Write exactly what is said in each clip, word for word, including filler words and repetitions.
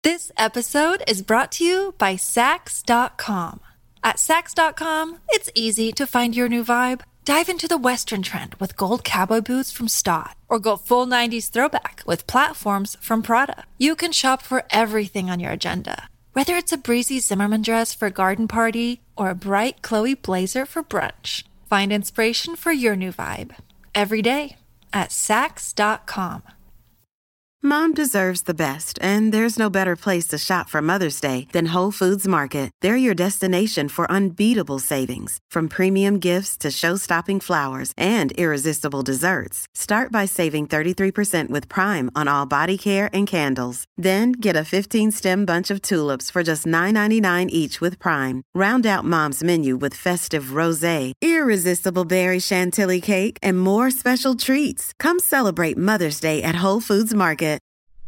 This episode is brought to you by Sax dot com. At Sax dot com, it's easy to find your new vibe. Dive into the Western trend with gold cowboy boots from Stott, or go full nineties throwback with platforms from Prada. You can shop for everything on your agenda, whether it's a breezy Zimmermann dress for a garden party or a bright Chloe blazer for brunch. Find inspiration for your new vibe every day at Sax dot com. Mom deserves the best, and there's no better place to shop for Mother's Day than Whole Foods Market. They're your destination for unbeatable savings, from premium gifts to show-stopping flowers and irresistible desserts. Start by saving thirty-three percent with Prime on all body care and candles. Then get a fifteen-stem bunch of tulips for just nine ninety-nine each with Prime. Round out Mom's menu with festive rosé, irresistible berry chantilly cake, and more special treats. Come celebrate Mother's Day at Whole Foods Market.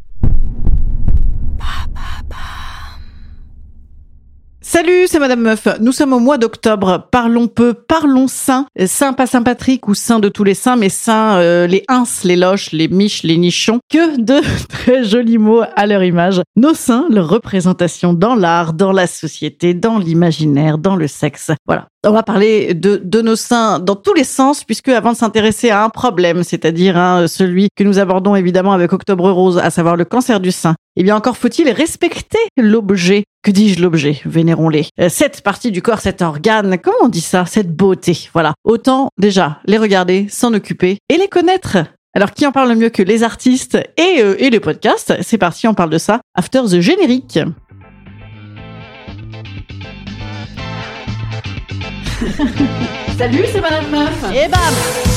Salut, c'est Madame Meuf. Nous sommes au mois d'octobre. Parlons peu, parlons saint. Saint pas Saint-Patrick ou saint de tous les saints, mais saint euh, les ins, les loches, les miches, les nichons. Que de très jolis mots à leur image. Nos saints, leur représentation dans l'art, dans la société, dans l'imaginaire, dans le sexe. Voilà. On va parler de, de nos saints dans tous les sens, puisque avant de s'intéresser à un problème, c'est-à-dire hein, celui que nous abordons évidemment avec Octobre Rose, à savoir le cancer du sein, eh bien encore faut-il respecter l'objet. Que dis-je l'objet? Vénérons-les. Euh, cette partie du corps, cet organe, comment on dit ça? Cette beauté, voilà. Autant déjà les regarder, s'en occuper et les connaître. Alors qui en parle mieux que les artistes et, euh, et les podcasts? C'est parti, on parle de ça. After the générique. Salut, c'est Madame Meuf. Et bam.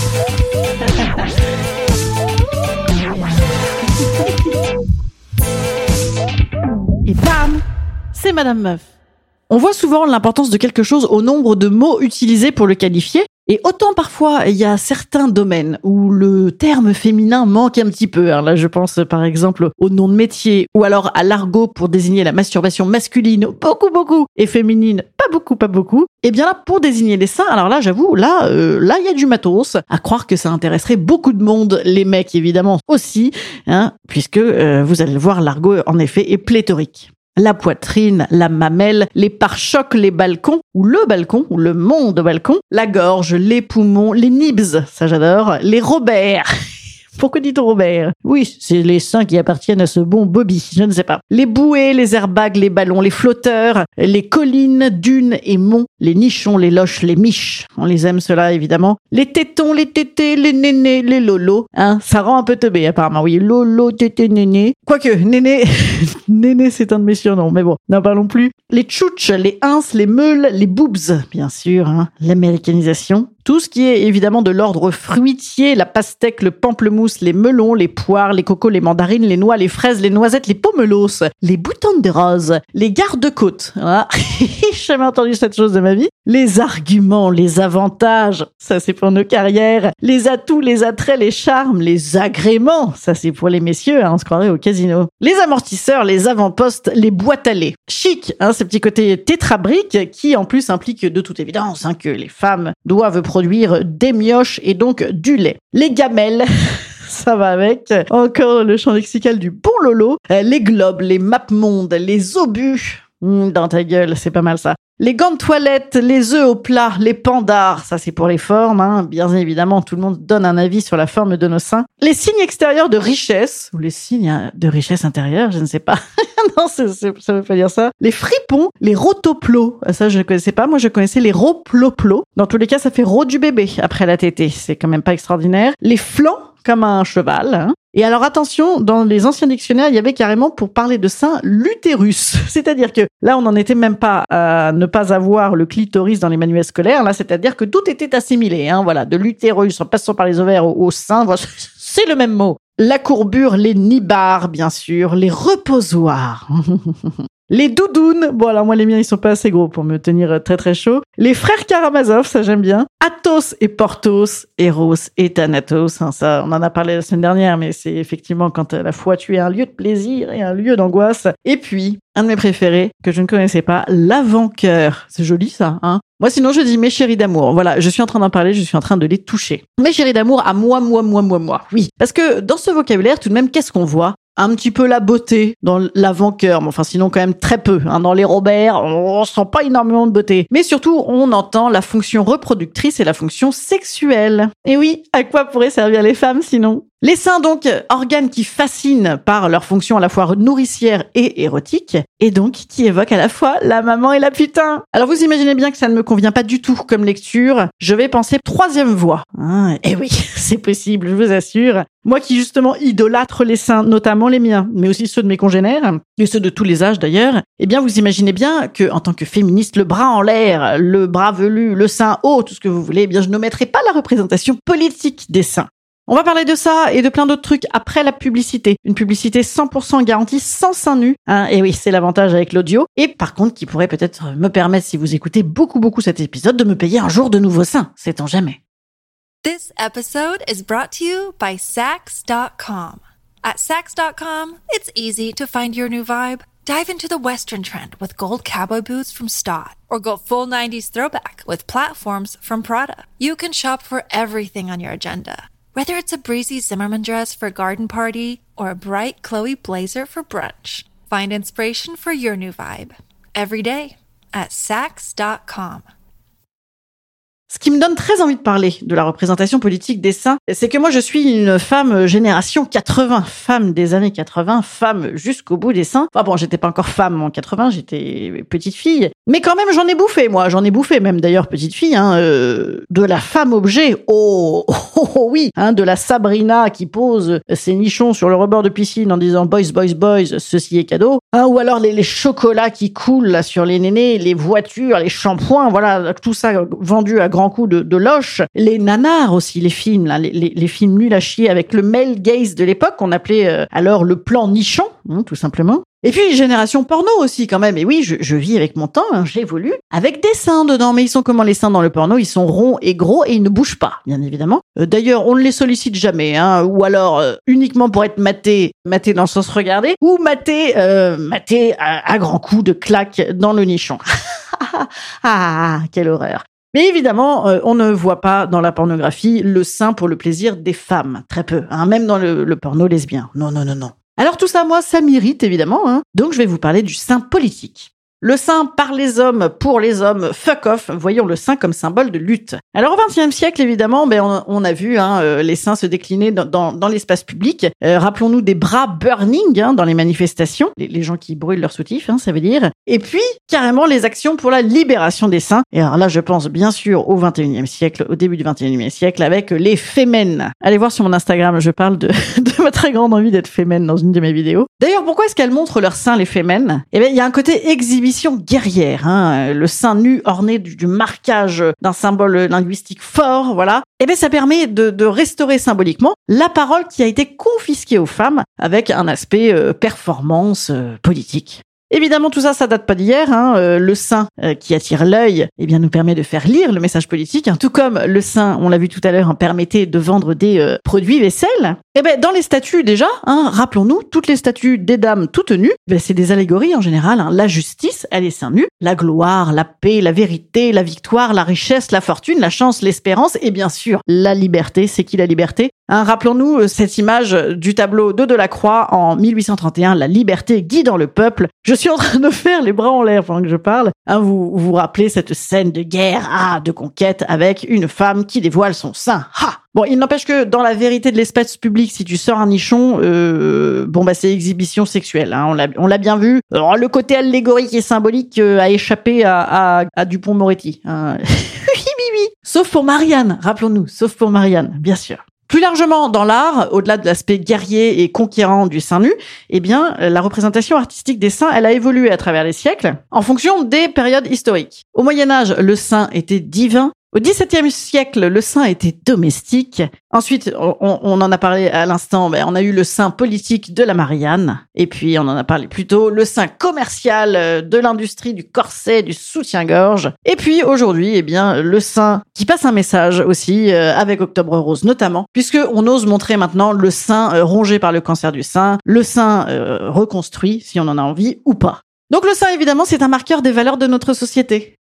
Et bam, c'est Madame Meuf. On voit souvent l'importance de quelque chose au nombre de mots utilisés pour le qualifier. Et autant parfois, il y a certains domaines où le terme féminin manque un petit peu. Alors là, je pense par exemple au nom de métier ou alors à l'argot pour désigner la masturbation masculine, beaucoup, beaucoup, et féminine, pas beaucoup, pas beaucoup. Et bien là, pour désigner les seins, alors là, j'avoue, là, euh, là, il y a du matos. À croire que ça intéresserait beaucoup de monde, les mecs évidemment aussi, hein, puisque euh, vous allez le voir, l'argot en effet est pléthorique. La poitrine, la mamelle, les pare-chocs, les balcons, ou le balcon, ou le monde balcon, la gorge, les poumons, les nibs, ça j'adore, les Robert. Pourquoi dit-on Robert? Oui, c'est les seins qui appartiennent à ce bon Bobby, je ne sais pas. Les bouées, les airbags, les ballons, les flotteurs, les collines, dunes et monts, les nichons, les loches, les miches. On les aime ceux-là, évidemment. Les tétons, les tétés, les nénés, les lolos. Hein, ça rend un peu teubé, apparemment. Oui, lolo, tété, néné. Quoique, néné, néné, c'est un de mes surnoms, mais bon, n'en parlons plus. Les tchouches, les ins, les meules, les boobs, bien sûr, hein, l'américanisation. Tout ce qui est évidemment de l'ordre fruitier, la pastèque, le pamplemousse, les melons, les poires, les cocos, les mandarines, les noix, les fraises, les noisettes, les pomelos, les boutons de rose, les garde-côtes. Voilà. J'ai jamais entendu cette chose de ma vie. Les arguments, les avantages, ça c'est pour nos carrières. Les atouts, les attraits, les charmes, les agréments, ça c'est pour les messieurs, hein, on se croirait au casino. Les amortisseurs, les avant-postes, les boîtes à lait. Chic, hein, ce petit côté tétrabrique qui en plus implique de toute évidence hein, que les femmes doivent produire des mioches et donc du lait. Les gamelles, ça va avec. Encore le champ lexical du bon Lolo. Les globes, les mapmondes, les obus. Mmh, dans ta gueule, c'est pas mal ça. Les gants de toilette, les œufs au plat, les pandards, ça c'est pour les formes, hein. Bien évidemment, tout le monde donne un avis sur la forme de nos seins. Les signes extérieurs de richesse, ou les signes de richesse intérieure, je ne sais pas. Non, c'est, c'est, ça veut pas dire ça. Les fripons, les rotoplos, ça je ne connaissais pas, moi je connaissais les roploplos. Dans tous les cas, ça fait ro du bébé après la tétée, c'est quand même pas extraordinaire. Les flancs, comme un cheval, hein. Et alors attention, dans les anciens dictionnaires, il y avait carrément pour parler de sein l'utérus. C'est-à-dire que là, on n'en était même pas à ne pas avoir le clitoris dans les manuels scolaires. Là, c'est-à-dire que tout était assimilé. Hein, voilà, de l'utérus en passant par les ovaires au, au sein, voilà, c'est le même mot. La courbure, les nibards, bien sûr, les reposoirs. Les doudounes, bon alors moi les miens ils sont pas assez gros pour me tenir très très chaud. Les frères Karamazov, ça j'aime bien. Athos et Porthos, Eros et Thanatos, hein, ça on en a parlé la semaine dernière, mais c'est effectivement quand à la fois tu es un lieu de plaisir et un lieu d'angoisse. Et puis, un de mes préférés, que je ne connaissais pas, l'avant-cœur. C'est joli ça, hein. Moi sinon je dis mes chéris d'amour. Voilà, je suis en train d'en parler, je suis en train de les toucher. Mes chéris d'amour à moi, moi, moi, moi, moi. Oui, parce que dans ce vocabulaire tout de même, qu'est-ce qu'on voit? un petit peu la beauté dans l'avant-cœur, mais enfin sinon quand même très peu. Hein. Dans les Robert, on sent pas énormément de beauté. Mais surtout, on entend la fonction reproductrice et la fonction sexuelle. Et oui, à quoi pourraient servir les femmes sinon ? Les seins, donc, organes qui fascinent par leur fonction à la fois nourricière et érotique, et donc qui évoquent à la fois la maman et la putain. Alors vous imaginez bien que ça ne me convient pas du tout comme lecture. Je vais penser troisième voie. Hein, et oui, c'est possible, je vous assure. Moi qui justement idolâtre les seins, notamment les miens, mais aussi ceux de mes congénères, et ceux de tous les âges d'ailleurs, eh bien vous imaginez bien que en tant que féministe, le bras en l'air, le bras velu, le sein haut, tout ce que vous voulez, eh bien je ne mettrai pas la représentation politique des seins. On va parler de ça et de plein d'autres trucs après la publicité. Une publicité cent pour cent garantie sans seins nus. Hein, et oui, c'est l'avantage avec l'audio. Et par contre, qui pourrait peut-être me permettre, si vous écoutez beaucoup beaucoup cet épisode, de me payer un jour de nouveaux seins. Sait-on jamais. This episode is brought to you by Sax dot com. At Sax dot com, it's easy to find your new vibe. Dive into the Western trend with gold cowboy boots from Stott, or go full nineties throwback with platforms from Prada. You can shop for everything on your agenda. Whether it's a breezy Zimmermann dress for a garden party or a bright Chloe blazer for brunch, find inspiration for your new vibe every day at Sax dot com. Ce qui me donne très envie de parler de la représentation politique des seins, c'est que moi je suis une femme génération quatre-vingts, femme des années quatre-vingts, femme jusqu'au bout des seins. Enfin bon, j'étais pas encore femme en quatre-vingts, j'étais petite fille, mais quand même j'en ai bouffé, moi, j'en ai bouffé même d'ailleurs petite fille, hein, euh, de la femme objet, oh, oh, oh, oh oui, hein, de la Sabrina qui pose ses nichons sur le rebord de piscine en disant boys, boys, boys, ceci est cadeau, hein, ou alors les, les chocolats qui coulent là sur les nénés, les voitures, les shampoings, voilà, tout ça vendu à grand coup de, de loche, les nanars aussi, les films, là, les, les, les films nuls à chier avec le male gaze de l'époque, qu'on appelait euh, alors le plan nichon, hein, tout simplement. Et puis, génération porno aussi, quand même. Et oui, je, je vis avec mon temps, hein, j'évolue, avec des seins dedans. Mais ils sont comment les seins dans le porno ? Ils sont ronds et gros et ils ne bougent pas, bien évidemment. Euh, d'ailleurs, on ne les sollicite jamais, hein, ou alors euh, uniquement pour être maté, maté dans le sens regarder, ou maté, euh, maté à, à grands coups de claque dans le nichon. Ah, quelle horreur. Mais évidemment, euh, on ne voit pas dans la pornographie le sein pour le plaisir des femmes. Très peu, hein, même dans le, le porno lesbien. Non, non, non, non. Alors tout ça, moi, ça m'irrite évidemment. Hein. Donc je vais vous parler du sein politique. Le sein par les hommes, pour les hommes, fuck off, voyons le sein comme symbole de lutte. Alors au vingtième siècle, évidemment, ben on, on a vu hein, euh, les seins se décliner dans, dans, dans l'espace public. Euh, rappelons-nous des bras burning hein, dans les manifestations, les, les gens qui brûlent leurs soutifs, hein, ça veut dire. Et puis, carrément, les actions pour la libération des seins. Et alors là, je pense bien sûr au vingt et unième siècle, au début du vingt et unième siècle, avec les fémènes. Allez voir sur mon Instagram, je parle de, de ma très grande envie d'être fémène dans une de mes vidéos. D'ailleurs, pourquoi est-ce qu'elles montrent leurs seins, les fémènes ? Eh bien, il y a un côté exhibition guerrière, hein, le sein nu orné du, du marquage d'un symbole linguistique fort, voilà. Et bien ça permet de, de restaurer symboliquement la parole qui a été confisquée aux femmes avec un aspect euh, performance euh, politique. Évidemment, tout ça, ça date pas d'hier. Hein. Euh, le sein euh, qui attire l'œil, eh bien, nous permet de faire lire le message politique. Hein. Tout comme le sein, on l'a vu tout à l'heure, hein, permettait de vendre des euh, produits vaisselle. Eh ben, dans les statues déjà, hein, rappelons-nous, toutes les statues des dames toutes nues, ben, c'est des allégories en général. Hein. La justice, elle est seins nus. La gloire, la paix, la vérité, la victoire, la richesse, la fortune, la chance, l'espérance et bien sûr la liberté. C'est qui la liberté ? Hein, rappelons-nous euh, cette image du tableau de Delacroix en mille huit cent trente et un, la liberté guidant le peuple. Je suis en train de faire les bras en l'air pendant que je parle. Hein, vous vous rappelez cette scène de guerre, ah, de conquête avec une femme qui dévoile son sein. Ha! Bon, il n'empêche que dans la vérité de l'espace public, si tu sors un nichon, euh, bon bah c'est exhibition sexuelle. Hein, on l'a on l'a bien vu. Alors, le côté allégorique et symbolique euh, a échappé à, à, à Dupond-Moretti. Hein. Oui, oui, oui. Sauf pour Marianne, rappelons-nous. Sauf pour Marianne, bien sûr. Plus largement, dans l'art, au-delà de l'aspect guerrier et conquérant du sein nu, eh bien, la représentation artistique des seins, elle a évolué à travers les siècles, en fonction des périodes historiques. Au Moyen-Âge, le sein était divin. Au dix-septième siècle, le sein était domestique. Ensuite, on, on en a parlé à l'instant, ben, on a eu le sein politique de la Marianne. Et puis, on en a parlé plus tôt, le sein commercial de l'industrie du corset, du soutien-gorge. Et puis, aujourd'hui, eh bien, le sein qui passe un message aussi, euh, avec Octobre Rose notamment, puisque on ose montrer maintenant le sein euh, rongé par le cancer du sein, le sein euh, reconstruit, si on en a envie ou pas. Donc le sein, évidemment, c'est un marqueur des valeurs de notre société.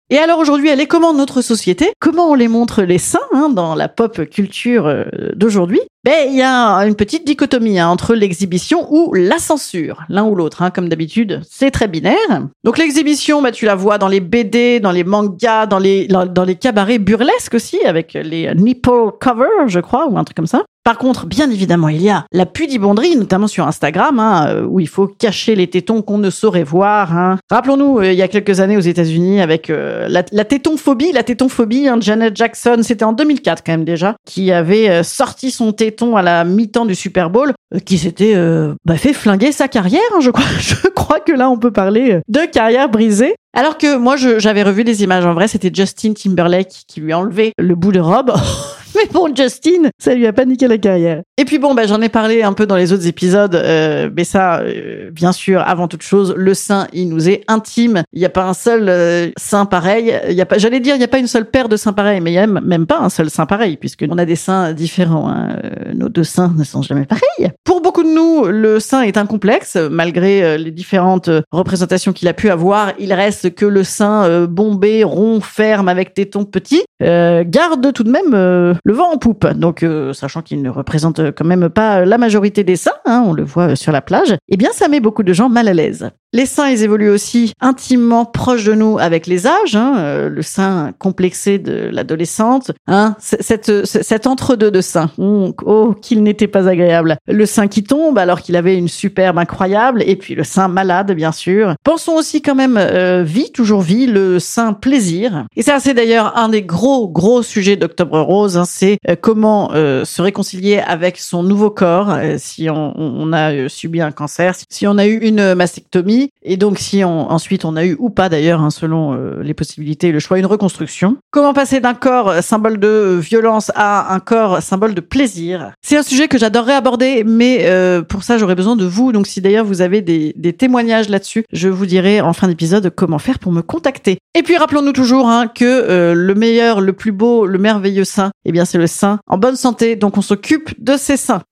Et alors aujourd'hui, elle est comment notre société? Comment on les montre les seins hein, dans la pop culture euh, d'aujourd'hui? Ben, il y a une petite dichotomie hein, entre l'exhibition ou la censure, l'un ou l'autre. Hein, comme d'habitude, c'est très binaire. Donc l'exhibition, ben, tu la vois dans les B D, dans les mangas, dans les dans les cabarets burlesques aussi, avec les nipple covers, je crois, ou un truc comme ça. Par contre, bien évidemment, il y a la pudibonderie, notamment sur Instagram, hein, où il faut cacher les tétons qu'on ne saurait voir. Hein. Rappelons-nous, euh, il y a quelques années aux États-Unis, avec euh, la, la tétonphobie, la tétonphobie, hein, Janet Jackson, c'était en deux mille quatre quand même déjà, qui avait euh, sorti son téton à la mi-temps du Super Bowl, euh, qui s'était euh, bah, fait flinguer sa carrière. Hein, je crois, je crois que là, on peut parler de carrière brisée. Alors que moi, je, j'avais revu des images en vrai, c'était Justin Timberlake qui lui a enlevé le bout de robe. Mais bon, Justin, ça lui a pas niqué la carrière. Et puis bon, bah, j'en ai parlé un peu dans les autres épisodes, euh, mais ça, euh, bien sûr, avant toute chose, le sein, il nous est intime. Il n'y a pas un seul euh, sein pareil. Il y a pas, j'allais dire, il n'y a pas une seule paire de seins pareils, mais il n'y a même, même pas un seul sein pareil, puisque on a des seins différents. Hein. Euh, nos deux seins ne sont jamais pareils. Pour beaucoup de nous, le sein est un complexe, malgré euh, les différentes euh, représentations qu'il a pu avoir. Il reste que le sein euh, bombé, rond, ferme, avec tétons petits, euh, garde tout de même euh, le vent en poupe. Donc, euh, sachant qu'il ne représente quand même pas la majorité des seins, hein, on le voit sur la plage, eh bien, ça met beaucoup de gens mal à l'aise. Les seins, ils évoluent aussi intimement proches de nous avec les âges. Hein, euh, le sein complexé de l'adolescente, hein, cette, cet entre-deux de seins. Oh, oh, qu'il n'était pas agréable. Le sein qui tombe alors qu'il avait une superbe incroyable, et puis le sein malade, bien sûr. Pensons aussi quand même euh, vie, toujours vie, le sein plaisir. Et ça, c'est d'ailleurs un des gros, gros sujets d'Octobre Rose. Hein, c'est euh, comment euh, se réconcilier avec son nouveau corps euh, si on, on a euh, subi un cancer, si on a eu une mastectomie. Et donc, si on, ensuite on a eu ou pas d'ailleurs, hein, selon euh, les possibilités et le choix, une reconstruction. Comment passer d'un corps symbole de violence à un corps symbole de plaisir? C'est un sujet que j'adorerais aborder, mais euh, pour ça, j'aurais besoin de vous. Donc, si d'ailleurs vous avez des, des témoignages là-dessus, je vous dirai en fin d'épisode comment faire pour me contacter. Et puis, rappelons-nous toujours hein, que euh, le meilleur, le plus beau, le merveilleux sein, eh bien, c'est le sein en bonne santé. Donc, on s'occupe de ses seins.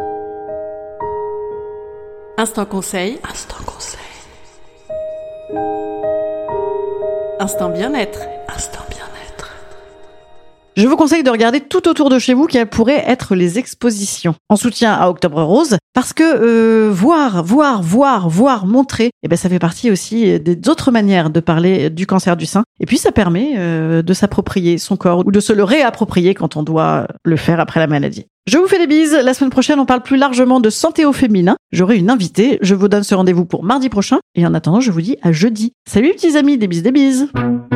Instant conseil. Instant conseil. Instant bien-être. Instant bien-être. Je vous conseille de regarder tout autour de chez vous quelles pourraient être les expositions en soutien à Octobre Rose, parce que euh, voir, voir, voir, voir, montrer, eh ben ça fait partie aussi des autres manières de parler du cancer du sein. Et puis ça permet euh, de s'approprier son corps ou de se le réapproprier quand on doit le faire après la maladie. Je vous fais des bises. La semaine prochaine, on parle plus largement de santé au féminin. J'aurai une invitée. Je vous donne ce rendez-vous pour mardi prochain. Et en attendant, je vous dis à jeudi. Salut les petits amis, des bises, des bises.